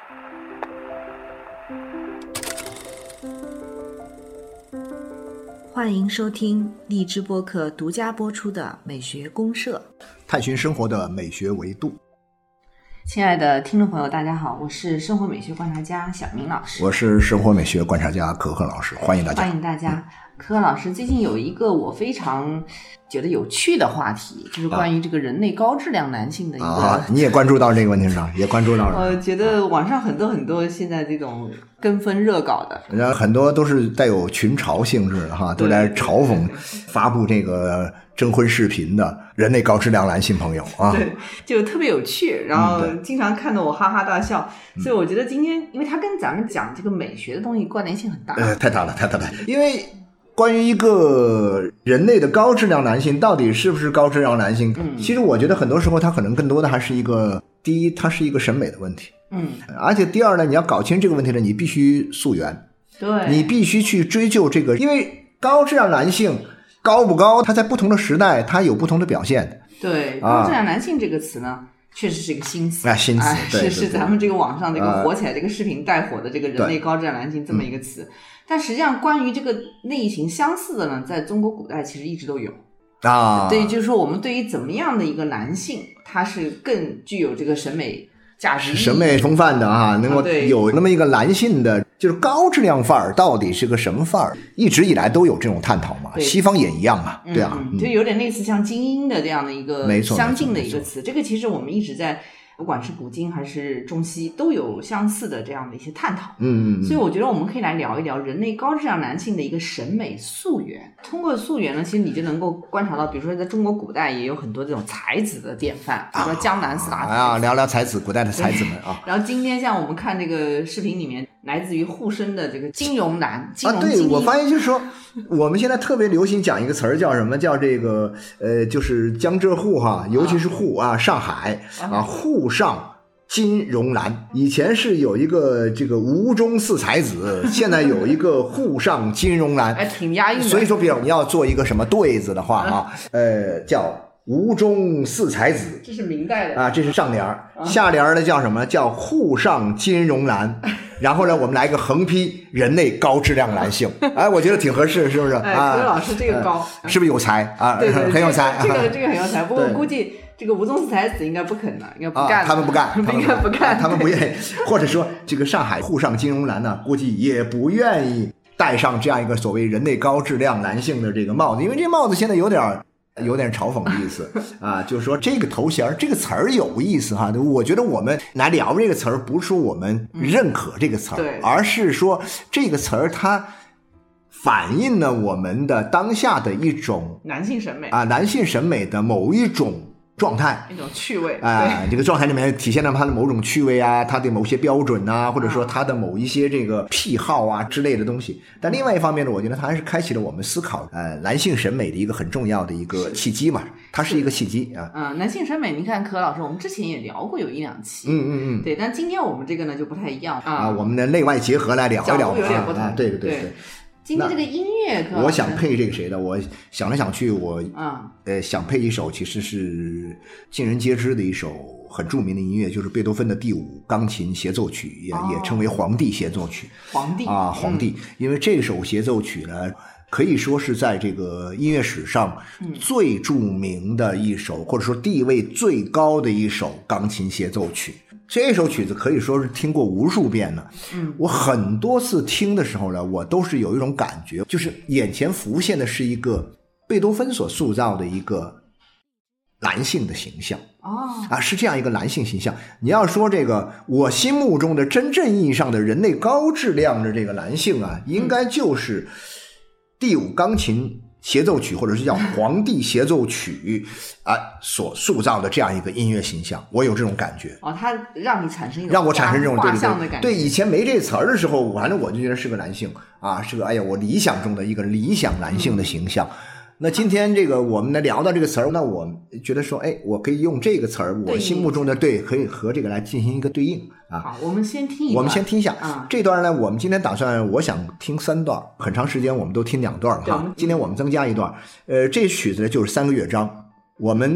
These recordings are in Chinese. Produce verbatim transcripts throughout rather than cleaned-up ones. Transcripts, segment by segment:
欢迎收听荔枝播客独家播出的美学公社， 探寻生活的美学维度。 亲爱的听众朋友大家好，我是生活美学观察家小明老师。 我是生活美学观察家可可老师，欢迎大家。 欢迎大家。可可老师，最近有一个我非常觉得有趣的话题，就是关于这个人类高质量男性的一个、 啊、你也关注到这个问题上，也关注到了。 我觉得网上很多很多现在这种跟风热搞的， 然后很多都是带有群嘲性质的哈，都来嘲讽发布这个征婚视频的人类高质量男性朋友啊。 对，就特别有趣，然后经常看得我哈哈大笑、嗯、所以我觉得今天因为它跟咱们讲这个美学的东西关联性很大。 呃，太大了太大了。因为关于一个人类的高质量男性到底是不是高质量男性、嗯、其实我觉得很多时候它可能更多的还是一个，第一它是一个审美的问题，嗯，而且第二呢，你要搞清这个问题呢，你必须溯源， 对， 你必须去追究这个，因为高质量男性高不高，它在不同的时代它有不同的表现。 对，高质量男性这个词呢、啊确实是一个新词， 啊，新词， 哎、 对对对， 是是咱们这个网上这个火起来、呃、这个视频带火的这个人类高质量男性这么一个词、嗯，但实际上关于这个类型相似的呢，在中国古代其实一直都有啊。对，就是说我们对于怎么样的一个男性，他是更具有这个审美价值、 审美风范的啊，能够有那么一个男性的。就是高质量范儿到底是个什么范儿？一直以来都有这种探讨嘛，西方也一样啊，对啊、 嗯，就有点类似像精英的这样的一个相近的一个词。这个其实我们一直在不管是古今还是中西都有相似的这样的一些探讨。嗯嗯。所以我觉得我们可以来聊一聊人类高质量男性的一个审美溯源。通过溯源呢，其实你就能够观察到，比如说在中国古代也有很多这种才子的典范，比如说江南四大才子啊，聊聊才子，古代的才子们啊。 然后今天像我们看这个视频里面。来自于沪深的这个金融男，金融精英、 啊、对，我发现就是说，我们现在特别流行讲一个词儿，叫什么？叫这个呃，就是江浙沪哈，尤其是沪啊，上海啊，沪上金融男。以前是有一个这个吴中四才子，现在有一个沪上金融男， 哎，挺押韵的。 所以说，比如你要做一个什么对子的话啊，呃，叫。吴中四才子， 这是明代的啊，这是上联儿、啊，下联儿呢叫什么？叫沪上金融男。然后呢，我们来一个横批：人类高质量男性。哎，我觉得挺合适，是不是？ 哎，柯老师这个高、 呃，是不是有才啊？ 对对， 很有才。 这个这个很有才，不过我估计这个吴中四才子应该不肯的，应该不干、 啊。他们不干， 应该不干， 他们不愿意，或者说这个上海沪上金融男呢，估计也不愿意戴上这样一个所谓人类高质量男性的这个帽子，因为这帽子现在有点。有点嘲讽的意思啊，就是说这个头衔这个词儿有意思哈。我觉得我们来聊这个词儿，不是说我们认可这个词儿、嗯，而是说这个词儿它反映了我们的当下的一种男性审美啊，男性审美的某一种状态， 一种趣味啊，这个状态里面体现了他的某种趣味啊，他的某些标准啊，或者说他的某一些这个癖好啊之类的东西。但另外一方面呢，我觉得它还是开启了我们思考呃男性审美的一个很重要的一个契机嘛，它是一个契机啊。 嗯，男性审美，你看柯老师，我们之前也聊过有一两期， 嗯嗯嗯， 对，但今天我们这个呢就不太一样啊， 啊我们的内外结合来聊一聊， 角度有点不同， 啊、对对对 对, 对。今天这个音乐课， 我想配这个谁的？我想来想去，我啊，呃，想配一首其实是尽人皆知的一首很著名的音乐，就是贝多芬的第五钢琴协奏曲，也、哦、也称为皇帝协奏曲。 皇帝啊，皇帝，嗯、因为这首协奏曲呢，可以说是在这个音乐史上最著名的一首，嗯、或者说地位最高的一首钢琴协奏曲。这首曲子可以说是听过无数遍了，嗯，我很多次听的时候呢，我都是有一种感觉，就是眼前浮现的是一个贝多芬所塑造的一个男性的形象，哦，啊，是这样一个男性形象。你要说这个我心目中的真正意义上的人类高质量的这个男性啊，应该就是第五钢琴协奏曲或者是叫皇帝协奏曲啊所塑造的这样一个音乐形象，我有这种感觉。 哦，他让你产生一种让我产生这种画像的感觉。 对，以前没这词儿的时候，反正我就觉得是个男性啊，是个哎呀，我理想中的一个理想男性的形象。嗯，那今天这个我们来聊到这个词儿，那我觉得说，哎，我可以用这个词儿，我心目中的对，可以和这个来进行一个对应啊。 好，我们先听一段， 我们先听一下啊。 这段呢，我们今天打算，我想听三段，很长时间我们都听两段哈。今天我们增加一段，呃，这曲子呢就是三个乐章，我们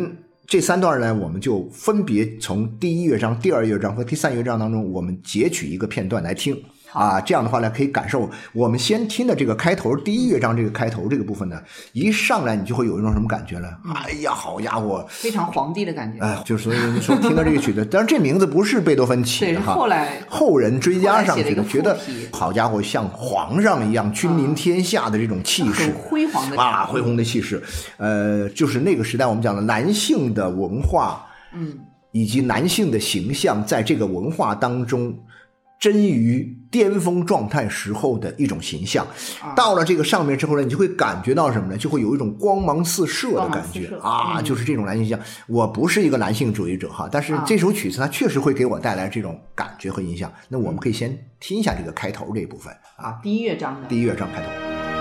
这三段呢，我们就分别从第一乐章、第二乐章和第三乐章当中，我们截取一个片段来听啊。这样的话呢，可以感受我们先听的这个开头，第一乐章这个开头这个部分呢，一上来你就会有一种什么感觉呢？嗯、哎呀，好家伙， 非常皇帝的感觉。 哎，就是所以你说听到这个曲子，当然这名字不是贝多芬起的哈， 后来后人追加上去的，觉得好家伙，像皇上一样君临天下的这种气势， 很辉煌的啊，恢宏的气势。呃，就是那个时代我们讲的男性的文化， 嗯， 以及男性的形象在这个文化当中臻于巅峰状态时候的一种形象。到了这个上面之后呢，你就会感觉到什么呢？就会有一种光芒四射的感觉啊，就是这种男性形象。我不是一个男性主义者哈，但是这首曲子它确实会给我带来这种感觉和印象。那我们可以先听一下这个开头这一部分啊， 第一乐章的第一乐章开头。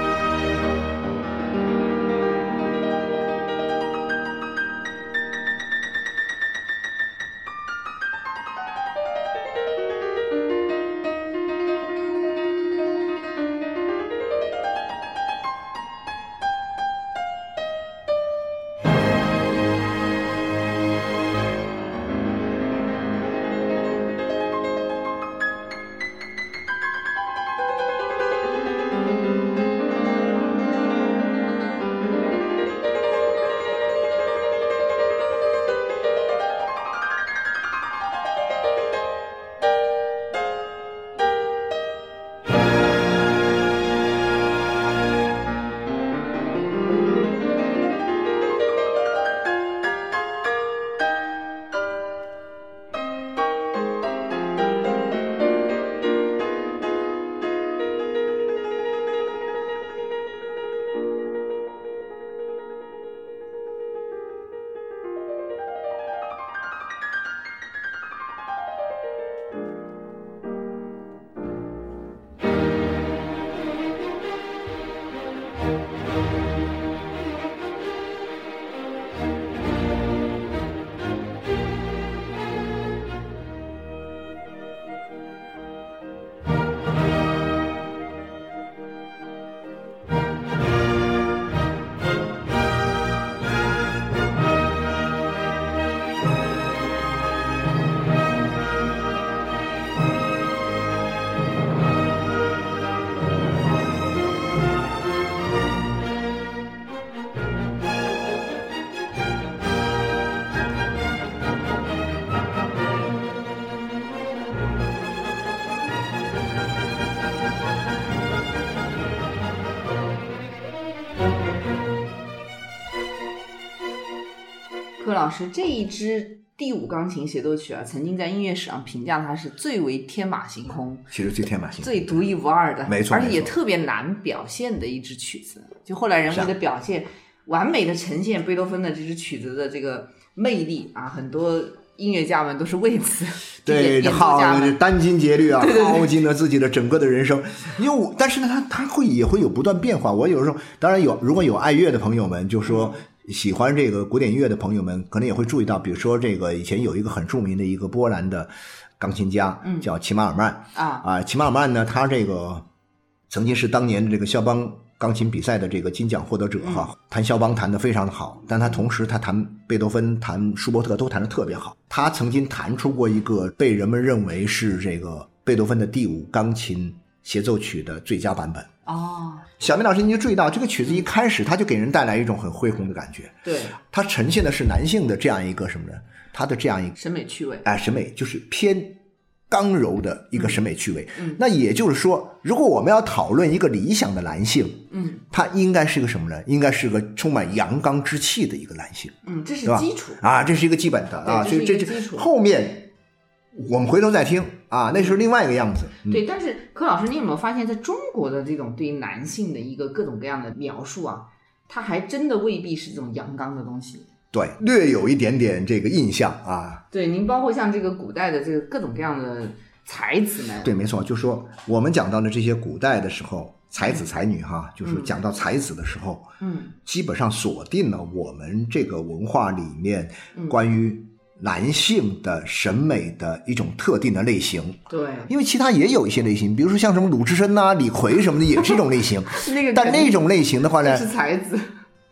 柯老师，这一支第五钢琴协奏曲啊，曾经在音乐史上评价它是最为天马行空， 其实最天马行空、 最独一无二的， 没错， 而且也特别难表现的一支曲子。就后来人为的表现，完美的呈现贝多芬的这支曲子的这个魅力啊，很多音乐家们都是为此对耗殚精竭虑啊，对对对，耗尽了自己的整个的人生。因为我但是呢，它它会也会有不断变化。我有时候当然有，如果有爱乐的朋友们，就说。喜欢这个古典音乐的朋友们可能也会注意到，比如说这个以前有一个很著名的一个波兰的钢琴家，嗯，叫齐马尔曼啊啊，齐马尔曼呢，他这个曾经是当年的这个肖邦钢琴比赛的这个金奖获得者哈，嗯、弹肖邦弹得非常的好，但他同时他弹贝多芬、弹舒伯特都弹得特别好。他曾经弹出过一个被人们认为是这个贝多芬的第五钢琴协奏曲的最佳版本。 哦， 小明老师，你就注意到这个曲子一开始，它就给人带来一种很恢宏的感觉。 对， 它呈现的是男性的这样一个什么呢？他的这样一个审美趣味， 哎，审美就是偏刚柔的一个审美趣味。 嗯， 那也就是说，如果我们要讨论一个理想的男性， 嗯， 他应该是个什么呢？应该是个充满阳刚之气的一个男性。 嗯，这是基础啊，这是一个基本的啊， 所以这这后面。我们回头再听啊，那是另外一个样子。 嗯、对，但是柯老师，你有没有发现，在中国的这种对于男性的一个各种各样的描述啊，它还真的未必是这种阳刚的东西。 对，略有一点点这个印象啊。 对，您包括像这个古代的这个各种各样的才子们。 对，没错，就说我们讲到的这些古代的时候，才子才女哈，就是讲到才子的时候， 嗯， 基本上锁定了我们这个文化里面关于男性的审美的一种特定的类型。 对， 因为其他也有一些类型，比如说像什么鲁智深呐、李逵什么的，也是一种类型。 那个， 但那种类型的话呢， 是才子。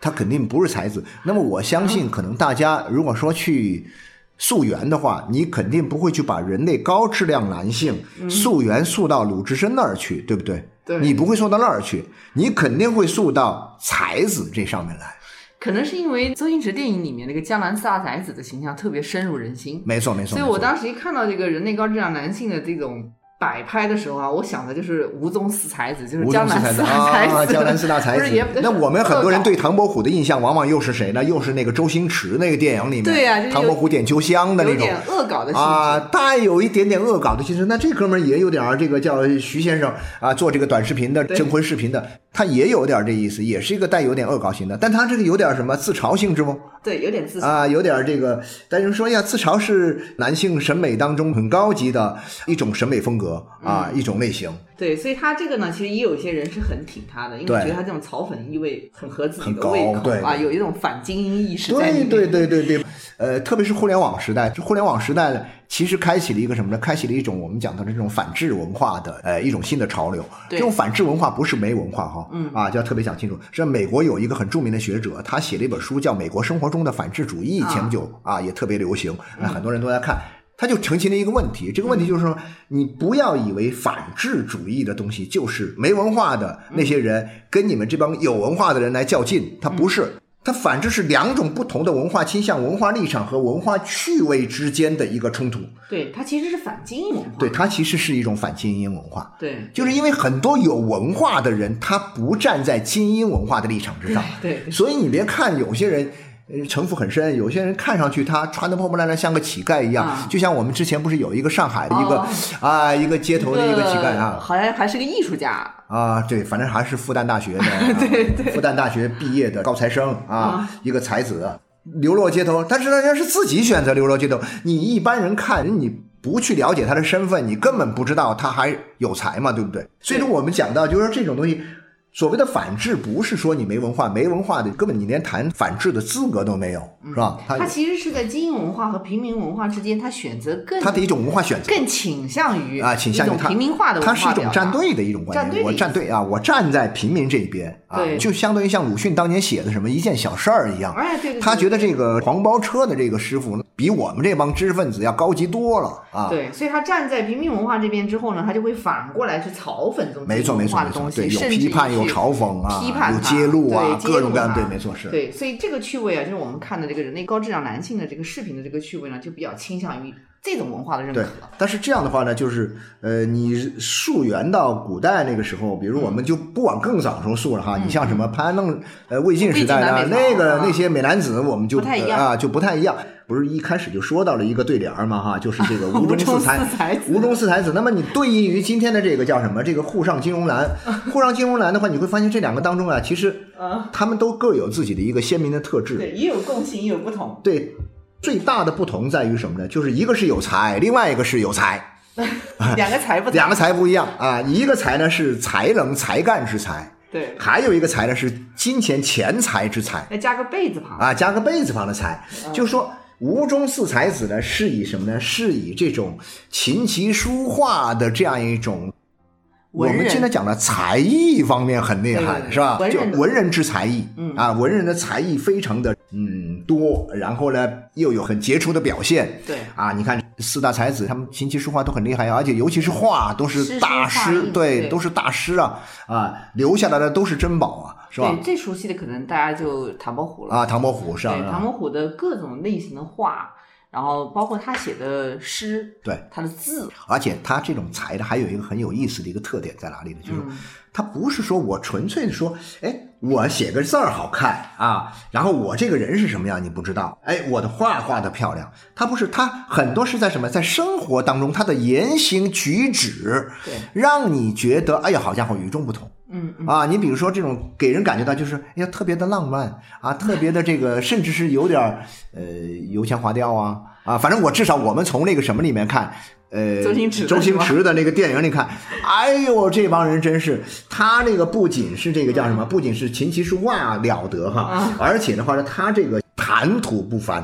他肯定不是才子。那么我相信可能大家如果说去溯源的话，你肯定不会去把人类高质量男性溯源溯到鲁智深那儿去，对不对？ 对， 你不会溯到那儿去，你肯定会溯到才子这上面来。 可能是因为周星驰电影里面那个江南四大才子的形象特别深入人心， 没错没错。 所以我当时一看到这个人类高质量男性的这种摆拍的时候啊，我想的就是吴宗四才子，就是江南四大才子。 啊、江南四大才子。那我们很多人对唐伯虎的印象，往往又是谁呢？又是那个周星驰那个电影里面， 对呀、啊，就是、 唐伯虎点秋香的那种， 有点恶搞的性质啊，带有一点点恶搞的性质。那这哥们儿也有点这个叫徐先生啊，做这个短视频的征婚视频的，他也有点这意思，也是一个带有点恶搞型的，但他这个有点什么自嘲性质不？ 对，有点自嘲啊，有点这个。但是说呀，自嘲是男性审美当中很高级的一种审美风格啊，嗯、一种类型。 对，所以他这个呢，其实也有一些人是很挺他的，因为觉得他这种嘲讽意味很合自己的胃口啊，有一种反精英意识在里面。 对对对对对，呃，特别是互联网时代，这互联网时代呢，其实开启了一个什么呢？开启了一种我们讲到的这种反制文化的呃一种新的潮流。这种反制文化不是没文化哈，嗯啊，就要特别讲清楚。是美国有一个很著名的学者，他写了一本书叫《美国生活中的反制主义》，前不久啊也特别流行，嗯、很多人都在看。他就澄清了一个问题，这个问题就是说，你不要以为反智主义的东西就是没文化的那些人跟你们这帮有文化的人来较劲，他不是。它反之是两种不同的文化倾向、文化立场和文化趣味之间的一个冲突。 对，它其实是反精英文化。 对，它其实是一种反精英文化。 对， 就是因为很多有文化的人，他不站在精英文化的立场之上。 对，对对， 所以你别看有些人城府很深，有些人看上去他穿得破破烂烂像个乞丐一样、啊、就像我们之前不是有一个上海的一个、哦、啊一个街头的一个乞丐啊， 好像还是个艺术家啊，对，反正还是复旦大学的对对， 复旦大学毕业的高材生啊，啊一个才子流落街头，但是人家是自己选择流落街头，你一般人看你不去了解他的身份，你根本不知道他还有才嘛，对不对？所以说我们讲到就是说这种东西，所谓的反制不是说你没文化，没文化的根本你连谈反制的资格都没有，是吧？ 它它其实是在精英文化和平民文化之间，它选择更它的一种文化选择， 更倾向于啊，倾向于平民化的文化， 它是一种站队的一种观念。我站队啊，我站在平民这一边啊，就相当于像鲁迅当年写的什么一件小事儿一样。 哎，对对对， 他觉得这个黄包车的这个师傅比我们这帮知识分子要高级多了啊。 对，所以他站在平民文化这边之后呢，他就会反过来去嘲讽这种精英文化的东西， 对，有批判有嘲讽啊。 批判有揭露啊，各种各样，对，没错，是。 对，所以这个趣味啊，就是我们看的这个人类高质量男性的这个视频的这个趣味呢，就比较倾向于这种文化的认可。 对，但是这样的话呢，就是呃，你溯源到古代那个时候，比如我们就不往更早时候溯了哈，嗯、你像什么潘安弄呃魏晋时代的那个那些美男子，我们就不太一样、 呃、啊，就不太一样。不是一开始就说到了一个对联嘛哈，就是这个吴中四才吴中四才子。那么你对应于今天的这个叫什么？这个沪上金融蓝，沪上金融蓝的话，你会发现这两个当中啊，其实他们都各有自己的一个鲜明的特质。 对，也有共性，也有不同。 对，最大的不同在于什么呢？就是一个是有才，另外一个是有才。 两个才不两个才不一样啊！一个才呢是才能才干之才。 对， 还有一个才呢是金钱钱财之财， 要加个贝字旁啊，加个贝字旁的才，嗯、就是说吴中四才子呢是以什么呢？是以这种琴棋书画的这样一种，我们现在讲的才艺方面很厉害，是吧？就文人之才艺，嗯啊，文人的才艺非常的嗯多，然后呢又有很杰出的表现， 对啊， 你看四大才子他们琴棋书画都很厉害，而且尤其是画都是大师，对，对，都是大师啊啊，留下来的都是珍宝啊。是吧？ 对，最熟悉的可能大家就唐伯虎了啊，唐伯虎是啊， 对，唐伯虎的各种类型的画，然后包括他写的诗， 对， 他的字， 而且他这种才的还有一个很有意思的一个特点在哪里呢？就是嗯、 他不是说我纯粹的说，哎，我写个字儿好看啊，然后我这个人是什么样你不知道，哎，我的画画的漂亮，他不是，他很多是在什么，在生活当中他的言行举止， 对， 让你觉得，哎呀，好家伙，与众不同。 嗯嗯啊，你比如说这种给人感觉到就是哎呀特别的浪漫啊，特别的这个甚至是有点呃油腔滑调啊啊，反正我至少我们从那个什么里面看，呃周星驰周星驰的那个电影里看，哎呦这帮人真是，他那个不仅是这个叫什么，不仅是琴棋书画了得哈， 啊、 而且的话呢，他这个谈吐不凡呐、啊。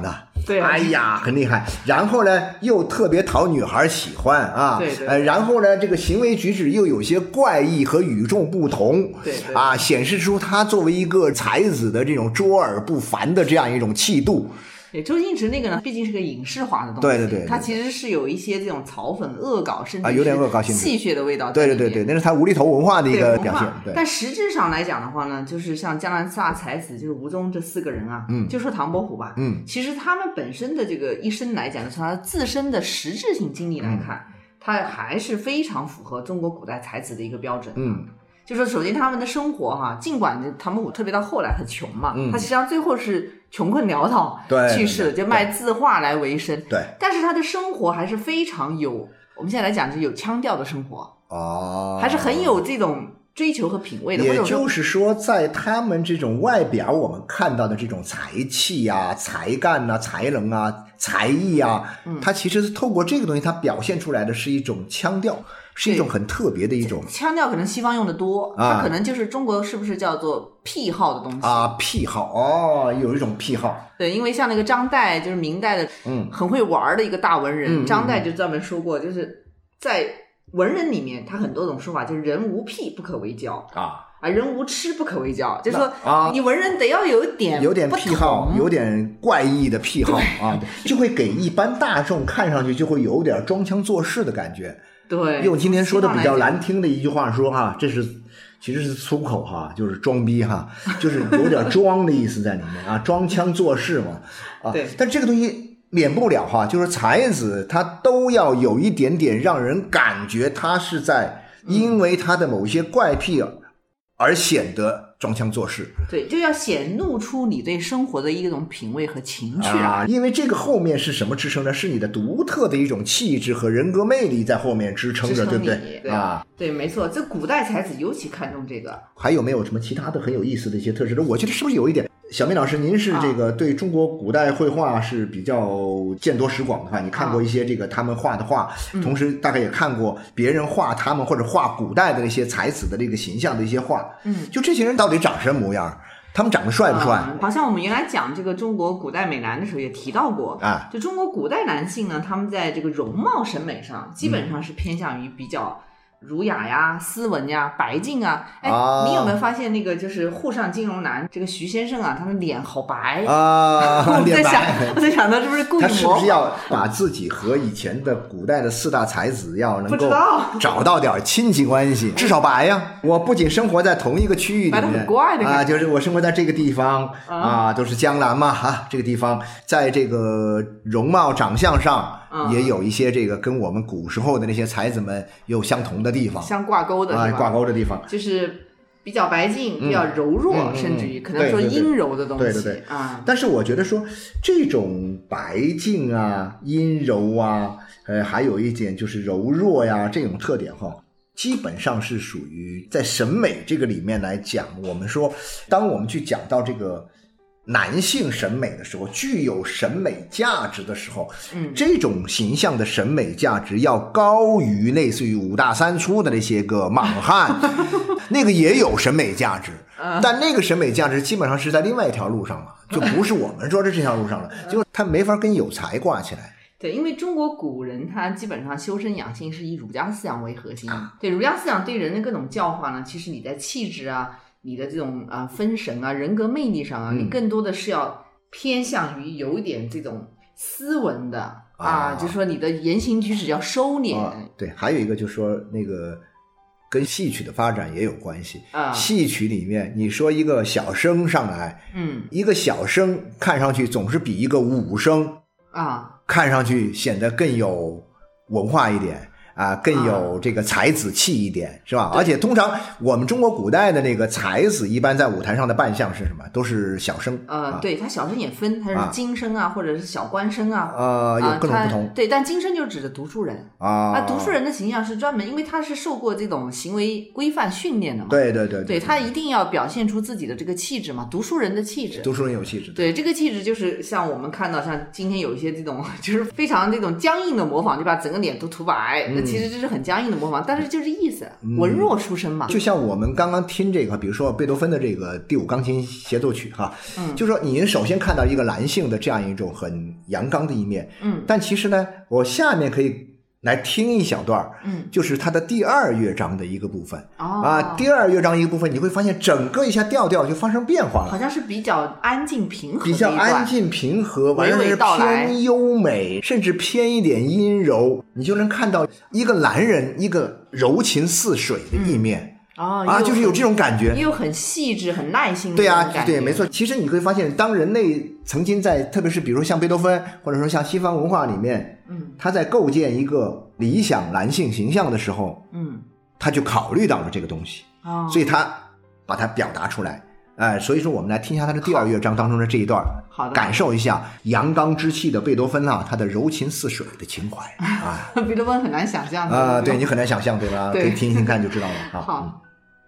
对、啊， 哎呀，很厉害。然后呢，又特别讨女孩喜欢啊， 对对呃，然后呢，这个行为举止又有些怪异和与众不同， 对对啊，显示出他作为一个才子的这种卓尔不凡的这样一种气度。 对，周星驰那个呢，毕竟是个影视化的东西， 对对 对, 对， 它其实是有一些这种嘲讽、恶搞，甚至啊有点恶搞性戏谑的味道。 对对对对，那是他无厘头文化的一个表现。对， 但实质上来讲的话呢，就是像江南四大才子，就是吴宗这四个人啊，嗯，就说唐伯虎吧， 嗯， 其实他们本身的这个一生来讲，从他自身的实质性经历来看，嗯、他还是非常符合中国古代才子的一个标准。 嗯。 就说首先他们的生活哈，尽管唐伯虎特别到后来很穷嘛， 嗯、 他实际上最后是穷困潦倒去世了，就卖字画来为生。 对， 但是他的生活还是非常有，我们现在来讲是有腔调的生活哦， 还是很有这种追求和品味的。 也就是说，在他们这种外表我们看到的这种才气啊、才干啊、才能啊、才艺啊，嗯、他其实是透过这个东西，他表现出来的是一种腔调。是一种很特别的一种腔调，可能西方用的多，啊、它可能就是中国是不是叫做癖好的东西啊？癖好哦，有一种癖好。 对，因为像那个张岱，就是明代的，嗯，很会玩的一个大文人， 嗯、 张岱就专门说过，就是在文人里面，他很多种说法，就是人无癖不可为交啊。 啊，人无痴不可为交，就是说，啊，你文人得要有点有点癖好，有点怪异的癖好啊，就会给一般大众看上去就会有点装腔作势的感觉。 对， 用今天说的比较难听的一句话说哈，这是其实是粗口哈，就是装逼哈，就是有点装的意思在里面啊，装腔作势嘛啊。 对， 但这个东西免不了哈，就是才子他都要有一点点让人感觉他是在因为他的某些怪癖而显得装腔作势。 对，就要显露出你对生活的一种品味和情趣啊！因为这个后面是什么支撑呢？是你的独特的一种气质和人格魅力在后面支撑着，对不对？ 对啊，对，没错，这古代才子尤其看重这个。 还有没有什么其他的很有意思的一些特质？我觉得是不是有一点？小明老师，您是这个对中国古代绘画是比较见多识广的话，你看过一些这个他们画的画， 嗯、 同时大概也看过别人画他们或者画古代的那些才子的这个形象的一些画。 嗯， 就这些人到底长什么模样？他们长得帅不帅？ 嗯、好像我们原来讲这个中国古代美男的时候也提到过啊， 就中国古代男性呢，他们在这个容貌审美上基本上是偏向于比较儒雅呀、斯文呀、白净啊。哎、啊，你有没有发现那个就是沪上金融男这个徐先生啊，他的脸好白啊？ 我在想，我在想到是不是故意模仿？ 他是不是要把自己和以前的古代的四大才子要能够找到点亲戚关系？至少白呀！我不仅生活在同一个区域里面， 白得很怪的啊，就是我生活在这个地方啊, 啊，都是江南嘛啊，这个地方在这个容貌长相上。也有一些这个跟我们古时候的那些才子们有相同的地方， 相挂钩的啊，挂钩的地方， 就是比较白净、嗯、比较柔弱， 嗯、 甚至于可能说阴柔的东西。 对对 对, 对, 对啊！ 但是我觉得说这种白净啊、阴柔啊，呃，还有一点就是柔弱呀，这种特点哈，基本上是属于在审美这个里面来讲，我们说，当我们去讲到这个。男性审美的时候，具有审美价值的时候， 嗯， 这种形象的审美价值要高于类似于五大三粗的那些个莽汉，那个也有审美价值，但那个审美价值基本上是在另外一条路上了，就不是我们说的这条路上了，就他没法跟有才挂起来。 对，因为中国古人他基本上修身养性是以儒家思想为核心，啊、对儒家思想对人的各种教化呢，其实你在气质啊。你的这种啊、呃、分神啊人格魅力上啊、嗯，你更多的是要偏向于有点这种斯文的 啊, 啊，就是说你的言行举止要收敛、啊。 对，还有一个就是说那个跟戏曲的发展也有关系啊。 戏曲里面，你说一个小生上来， 嗯， 一个小生看上去总是比一个武生啊看上去显得更有文化一点。啊，更有这个才子气一点，啊、是吧？而且通常我们中国古代的那个才子，一般在舞台上的扮相是什么？都是小生。 呃， 啊、 对，他小生也分，他是京生啊，啊或者是小官生啊， 呃，有各种不同。 啊、对，但京生就指的读书人啊。 那读书人的形象是专门，因为他是受过这种行为规范训练的嘛。 对对对对, 对，他一定要表现出自己的这个气质嘛，读书人的气质。 读书人有气质。 对，这个气质就是像我们看到，像今天有一些这种就是非常这种僵硬的模仿，就把整个脸都涂白， 嗯、 其实这是很僵硬的模仿，但是就是意思，文弱书生嘛。 就像我们刚刚听这个，比如说贝多芬的这个第五钢琴协奏曲哈，嗯，就是说你首先看到一个男性的这样一种很阳刚的一面，嗯，但其实呢，我下面可以来听一小段，嗯，就是它的第二乐章的一个部分，哦，啊，第二乐章一个部分，你会发现整个一下调调就发生变化了， 好像是比较安静平和的比较安静平和，完了是偏优美，甚至偏一点阴柔，你就能看到一个男人一个柔情似水的一面。嗯哦啊，就是有这种感觉， 又很细致、很耐心的对啊，对，没错。其实你会发现，当人类曾经在，特别是比如像贝多芬，或者说像西方文化里面，嗯，他在构建一个理想男性形象的时候，嗯，他就考虑到了这个东西，哦，所以他把它表达出来。哎、呃，所以说我们来听一下他的第二乐章当中的这一段， 好的， 感受一下阳刚之气的贝多芬啊，他的柔情似水的情怀啊。 贝多芬很难想象啊、呃，对你很难想象，对吧？ 对， 可以听一听看就知道了啊。 好。 嗯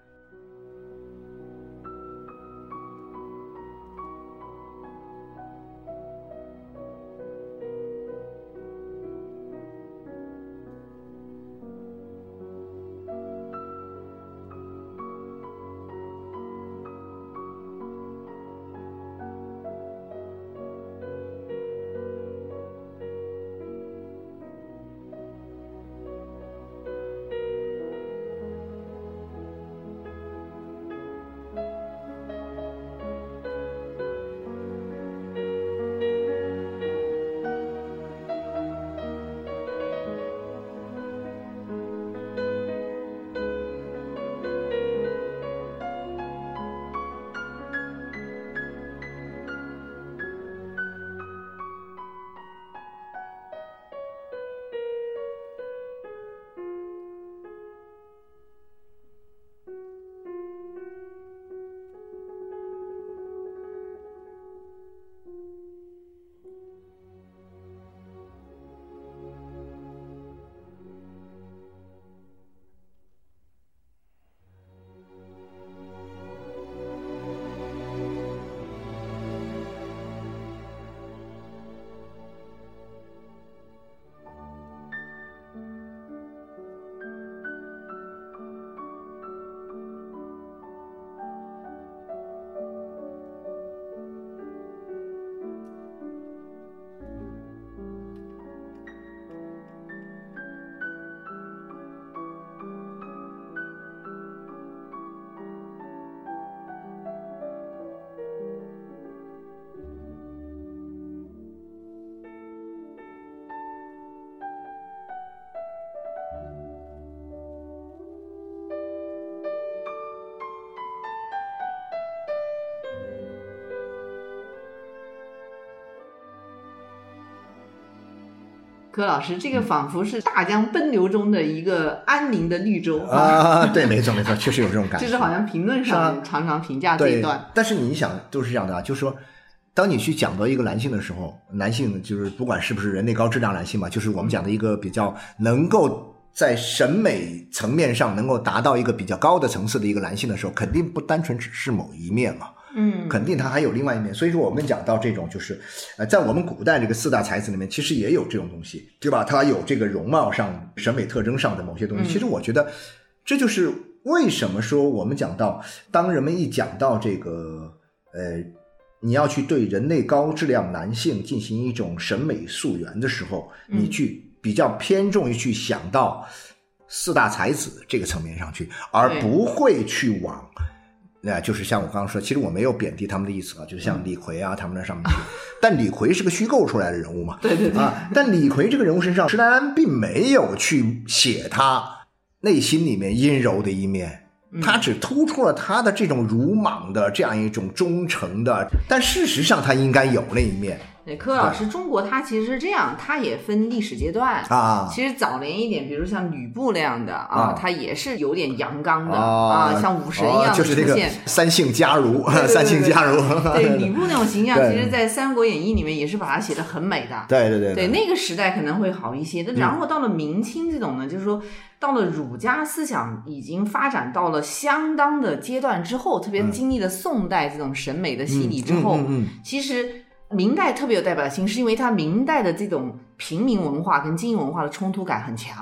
柯老师，这个仿佛是大江奔流中的一个安宁的绿洲啊！对，没错没错，确实有这种感觉。 就是好像评论上常常评价这一段。 但是你想，都是这样的啊，就是说，当你去讲到一个男性的时候，男性就是不管是不是人类高质量男性嘛，就是我们讲的一个比较能够在审美层面上能够达到一个比较高的层次的一个男性的时候，肯定不单纯只是某一面嘛。嗯，肯定他还有另外一面，所以说我们讲到这种就是，呃，在我们古代这个四大才子里面，其实也有这种东西，对吧？他有这个容貌上、审美特征上的某些东西。嗯、其实我觉得，这就是为什么说我们讲到，当人们一讲到这个，呃，你要去对人类高质量男性进行一种审美溯源的时候，嗯、你去比较偏重于去想到四大才子这个层面上去，而不会去往。那就是像我刚刚说，其实我没有贬低他们的意思啊，就是像李逵啊他们那上面去，但李逵是个虚构出来的人物嘛， 对对对啊，但李逵这个人物身上，施耐庵并没有去写他内心里面阴柔的一面，他只突出了他的这种鲁莽的这样一种忠诚的，但事实上他应该有那一面。 对，柯老师，中国它其实是这样，它也分历史阶段啊。其实早年一点，比如像吕布那样的啊，它也是有点阳刚的啊，像武神一样的出现。 就是那个三姓家儒，三姓家儒。 对，吕布那种形象，其实在《三国演义》里面也是把它写得很美的。 对对对。 对，那个时代可能会好一些，但然后到了明清这种呢，就是说到了儒家思想已经发展到了相当的阶段之后，特别经历了宋代这种审美的洗礼之后，其实。明代特别有代表性，是因为它明代的这种平民文化跟精英文化的冲突感很强。 其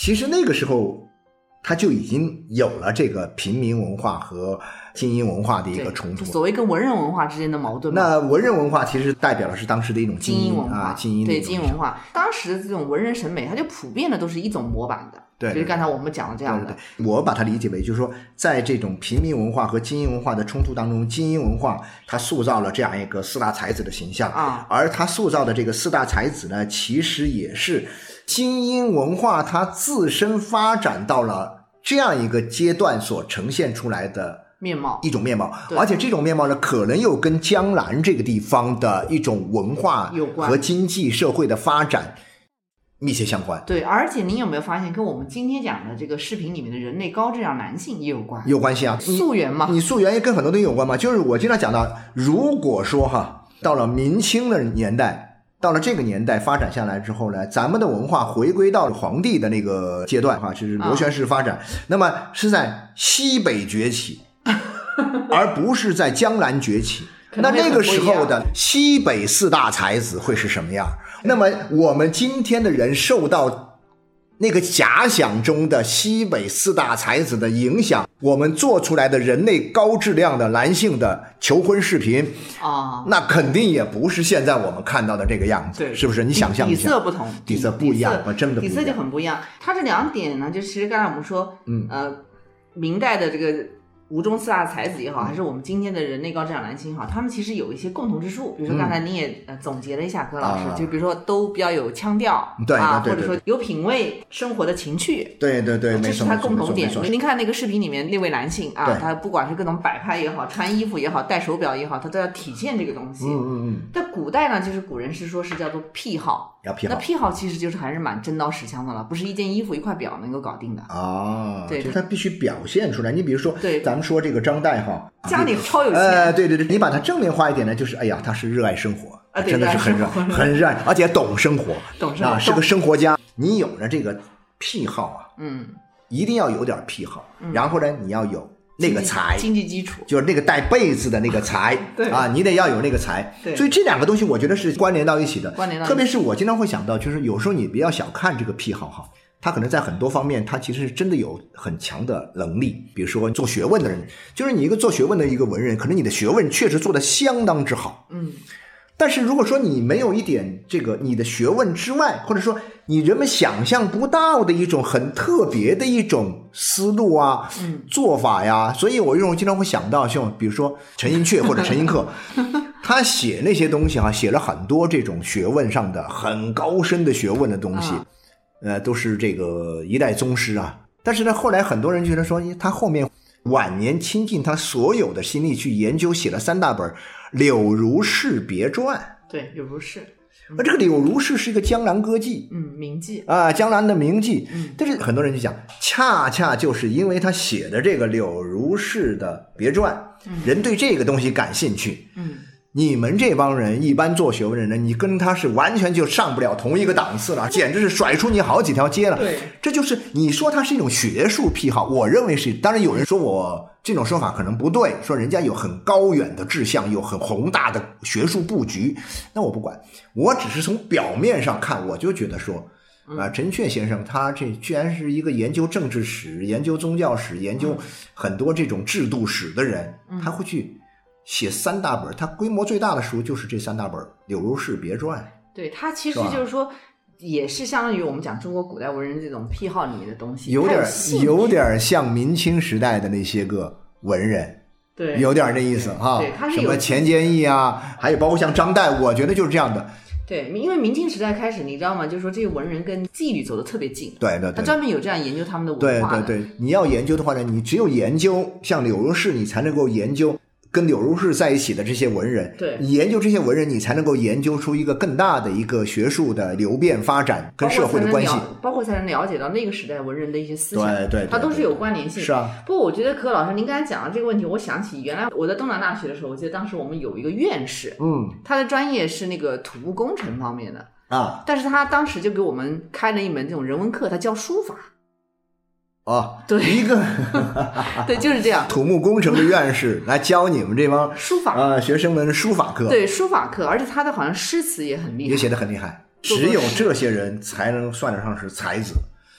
其实那个时候他就已经有了这个平民文化和精英文化的一个冲突， 所谓跟文人文化之间的矛盾。 那文人文化其实代表的是当时的一种精英文化， 啊、精英对精英文化。当时的这种文人审美，它就普遍的都是一种模板的。 对， 就是刚才我们讲的这样的。 对对对，我把它理解为，就是说，在这种平民文化和精英文化的冲突当中，精英文化它塑造了这样一个四大才子的形象啊， 而它塑造的这个四大才子呢，其实也是精英文化它自身发展到了这样一个阶段所呈现出来的面貌， 一种面貌，而且这种面貌呢，可能又跟江南这个地方的一种文化和经济社会的发展密切相关。 对，而且您有没有发现，跟我们今天讲的这个视频里面的人类高质量男性也有关？ 有关系啊， 溯源嘛， 你溯源也跟很多东西有关嘛。就是我经常讲到，如果说哈，到了明清的年代，到了这个年代发展下来之后呢，咱们的文化回归到皇帝的那个阶段哈，就是螺旋式发展，啊、那么是在西北崛起。而不是在江南崛起。那那个时候的西北四大才子会是什么样？那么我们今天的人受到那个假想中的西北四大才子的影响，我们做出来的人类高质量的男性的求婚视频啊， 那肯定也不是现在我们看到的这个样子， 对， 是不是？你想象一下， 底色不同， 底色不一样，真的不一样， 底色就很不一样。它这两点呢，就其实刚才我们说，嗯呃，明代的这个吴中四大才子也好，还是我们今天的人类高质量男性也好，他们其实有一些共同之处。比如说刚才你也呃总结了一下，柯老师，嗯、就比如说都比较有腔调， 对啊， 对对对， 或者说有品味，生活的情趣， 对对对， 这是他共同点。您看那个视频里面那位男性啊，他不管是各种摆拍也好，穿衣服也好，戴手表也好，他都要体现这个东西。 嗯嗯嗯。 在古代呢，就是古人是说是叫做癖好， 癖好那癖好其实就是还是蛮真刀实枪的了，不是一件衣服一块表能够搞定的啊。 对， 就是他必须表现出来。你比如说， 对， 咱们说这个张岱哈， 家里超有钱， 呃，对对对，你把它正面化一点呢，就是哎呀，他是热爱生活， 啊、 真的是很热，很热爱，而且懂生活， 懂生活啊，是个生活家。你有了这个癖好啊， 嗯， 一定要有点癖好，嗯、然后呢，你要有那个才， 经济基础， 就是那个带被子的那个才， 对啊，你得要有那个才， 对， 所以这两个东西我觉得是关联到一起的， 关联到一起。 特别是我经常会想到，就是有时候你不要小看这个癖好哈。他可能在很多方面，他其实是真的有很强的能力。比如说做学问的人，就是你一个做学问的一个文人，可能你的学问确实做得相当之好， 嗯。 但是如果说你没有一点这个你的学问之外，或者说你人们想象不到的一种很特别的一种思路啊、 嗯、 做法呀，所以我有种经常会想到，像比如说陈寅恪或者陈寅恪，他写那些东西哈、啊，写了很多这种学问上的很高深的学问的东西。啊呃，都是这个一代宗师啊，但是呢，后来很多人觉得说，他后面晚年倾尽他所有的心力去研究，写了三大本《柳如是别传》。 对，柳如是。 而这个柳如是是一个江南歌妓， 嗯，名妓啊，江南的名妓。 嗯， 但是很多人就讲，恰恰就是因为他写的这个柳如是的别传， 嗯， 人对这个东西感兴趣。 嗯。 你们这帮人一般做学问的人，你跟他是完全就上不了同一个档次了，简直是甩出你好几条街了。 对， 这就是你说他是一种学术癖好，我认为是。当然有人说我这种说法可能不对，说人家有很高远的志向，有很宏大的学术布局，那我不管，我只是从表面上看，我就觉得说啊、呃，陈恪先生他这居然是一个研究政治史、研究宗教史、研究很多这种制度史的人， 嗯、 他会去写三大本，他规模最大的书就是这三大本《柳如是别传》。 对，他其实就是说，也是相当于我们讲中国古代文人这种癖好里面的东西， 有点有点像明清时代的那些个文人， 对， 有点那意思哈。 对，他是什么钱谦益啊，还有包括像张岱，我觉得就是这样的。 对，因为明清时代开始，你知道吗？就是说这些文人跟妓女走得特别近。 对对对， 他专门有这样研究他们的文化的。 对对对，你要研究的话呢，你只有研究像柳如是，你才能够研究跟柳如是在一起的这些文人。 对， 你研究这些文人，你才能够研究出一个更大的一个学术的流变发展跟社会的关系， 包括才能了解到那个时代文人的一些思想。 对 对, 对， 它都是有关联性。 是啊。 不过我觉得柯老师您刚才讲的这个问题，我想起原来我在东南大学的时候，我记得当时我们有一个院士， 嗯， 他的专业是那个土木工程方面的啊， 但是他当时就给我们开了一门这种人文课，他教书法。 哦， 对， 一个对，就是这样。 土木工程的院士来教你们这帮书法啊、呃、学生们书法课。 对，书法课，而且他的好像诗词也很厉害， 也写得很厉害。只有这些人才能算得上是才子。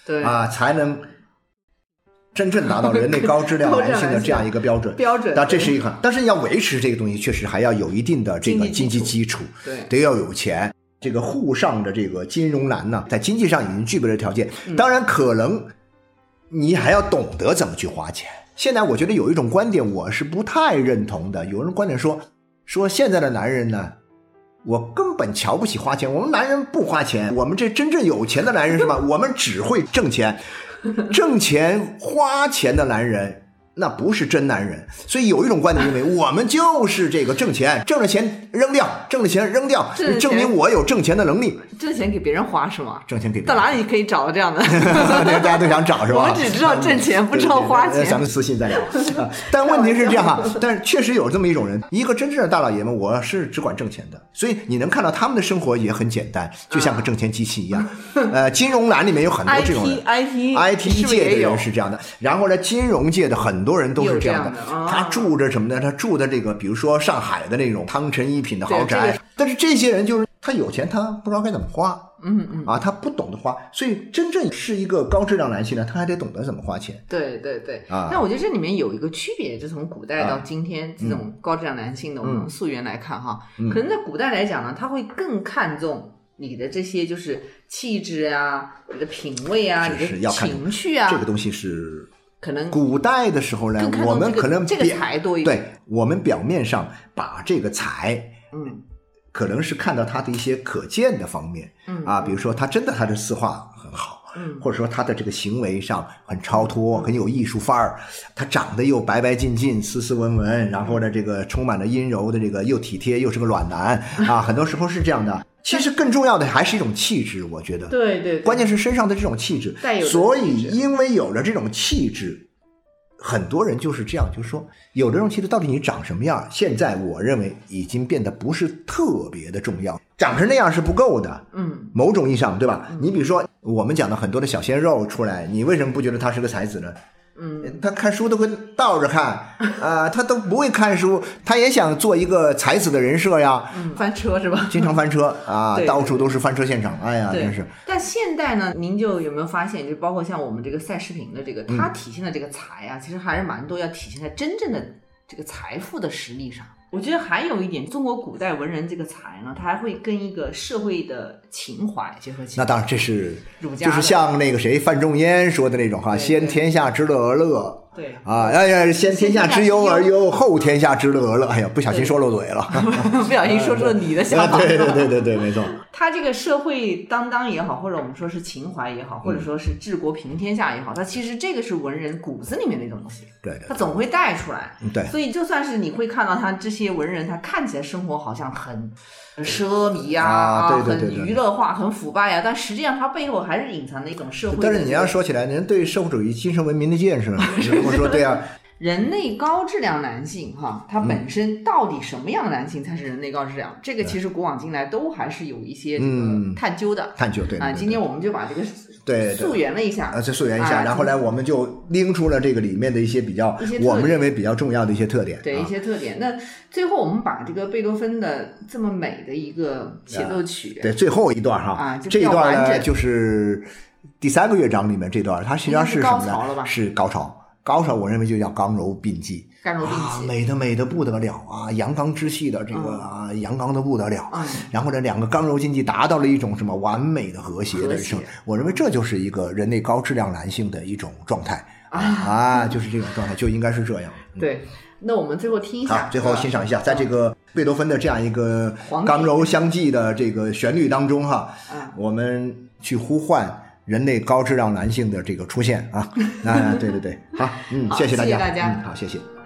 对啊，才能真正达到人类高质量男性的这样一个标准。 标准， 但这是一个，但是要维持这个东西，确实还要有一定的这个经济基础， 对， 得要有钱。这个沪上的这个金融男呢，在经济上已经具备了条件，当然可能你还要懂得怎么去花钱。现在我觉得有一种观点我是不太认同的，有人观点说说现在的男人呢，我根本瞧不起花钱，我们男人不花钱，我们这真正有钱的男人是吧？我们只会挣钱，挣钱花钱的男人那不是真男人。所以有一种观点认为我们就是这个挣钱，挣了钱扔掉，挣了钱扔掉，证明我有挣钱的能力。 挣钱给别人花是吗？ 挣钱给别人到哪里可以找到这样的？ 大家都想找是吧？ 我们只知道挣钱，不知道花钱。 咱们私信再聊。但问题是这样哈，但是确实有这么一种人，一个真正的大老爷们，我是只管挣钱的，所以你能看到他们的生活也很简单，就像个挣钱机器一样。呃，金融栏里面有很多这种人 ，I T I T 界的人是这样的，然后呢，金融界的很多人都是这样的。他住着什么呢？他住的这个，比如说上海的那种汤臣一品的豪宅，这个、但是这些人就是他有钱，他不知道该怎么花， 嗯嗯啊，他不懂得花，所以真正是一个高质量男性呢，他还得懂得怎么花钱。 对对对， 啊， 那我觉得这里面有一个区别，就从古代到今天、啊、这种高质量男性的我们溯源来看哈、 嗯， 可能在古代来讲呢，他会更看重你的这些就是气质啊，你的品味啊， 是是你的情趣啊， 这个东西是。 可能古代的时候呢， 这个、 我们可能这个财多一点， 对，我们表面上把这个财， 嗯， 可能是看到他的一些可见的方面， 嗯啊，比如说他真的他的丝画很好， 嗯， 或者说他的这个行为上很超脱，很有艺术范儿，他长得又白白净净、斯斯文文，然后呢，这个充满了阴柔的这个又体贴，又是个暖男啊，很多时候是这样的。其实更重要的还是一种气质，我觉得。 对 对, 对， 关键是身上的这种气质。 带有的气质。 所以因为有了这种气质，很多人就是这样，就是说有这种气质到底你长什么样，现在我认为已经变得不是特别的重要，长成那样是不够的。 嗯， 某种意义上，对吧？ 嗯、 你比如说我们讲的很多的小鲜肉出来，你为什么不觉得他是个才子呢？ 嗯， 他看书都会倒着看啊、呃，他都不会看书，他也想做一个才子的人设呀。 嗯，翻车是吧？ 经常翻车啊， 对对对， 到处都是翻车现场。哎呀，真是。 但现代呢，您就有没有发现，就包括像我们这个赛视频的这个，它体现的这个才啊，嗯、其实还是蛮多要体现在真正的这个财富的实力上。我觉得还有一点，中国古代文人这个才呢，他还会跟一个社会的情怀结合起来。 那当然，这是儒家， 就是像那个谁范仲淹说的那种哈，先天下之乐而乐。 对啊，哎呀，先天下之忧而忧，后天下之乐而乐。哎呀，不小心说漏嘴了， 不小心说出了你的想法。 对对对对对，没错。 他这个社会担当也好，或者我们说是情怀也好，或者说是治国平天下也好，他其实这个是文人骨子里面的一种东西。 对对， 他总会带出来。 对， 所以就算是你会看到他这些文人，他看起来生活好像很奢靡呀、 啊，对对对对， 很娱乐化、很腐败呀，但实际上他背后还是隐藏的一种社会。 但是你要说起来，人对社会主义精神文明的建设，我说对啊。 人类高质量男性哈，他本身到底什么样的男性才是人类高质量？嗯、这个其实古往今来都还是有一些这个探究的。 嗯、探究对啊，今天我们就把这个对溯源了一下， 呃，这溯源一下，然后呢，我们就拎出了这个里面的一些比较我们认为比较重要的一些特点。 对， 啊、 一些特点。那最后我们把这个贝多芬的这么美的一个协奏曲， 啊、对最后一段哈， 啊， 这一段呢就是第三个乐章里面这段，它实际上是什么呢？是高潮。高潮我认为就叫刚柔并济， 刚柔并济、 啊，美的美的不得了啊，阳刚之气的这个、嗯、啊，阳刚的不得了。嗯、然后这两个刚柔并济达到了一种什么完美的和谐的生，我认为这就是一个人类高质量男性的一种状态啊, 啊，就是这种状态就应该是这样。 嗯、 对，那我们最后听一下， 好，最后欣赏一下，在这个贝多芬的这样一个刚柔相济的这个旋律当中哈， 嗯、 我们去呼唤人类高质量男性的这个出现啊，啊，对对对，好，嗯，谢谢大家， 谢谢大家， 嗯，好，谢谢。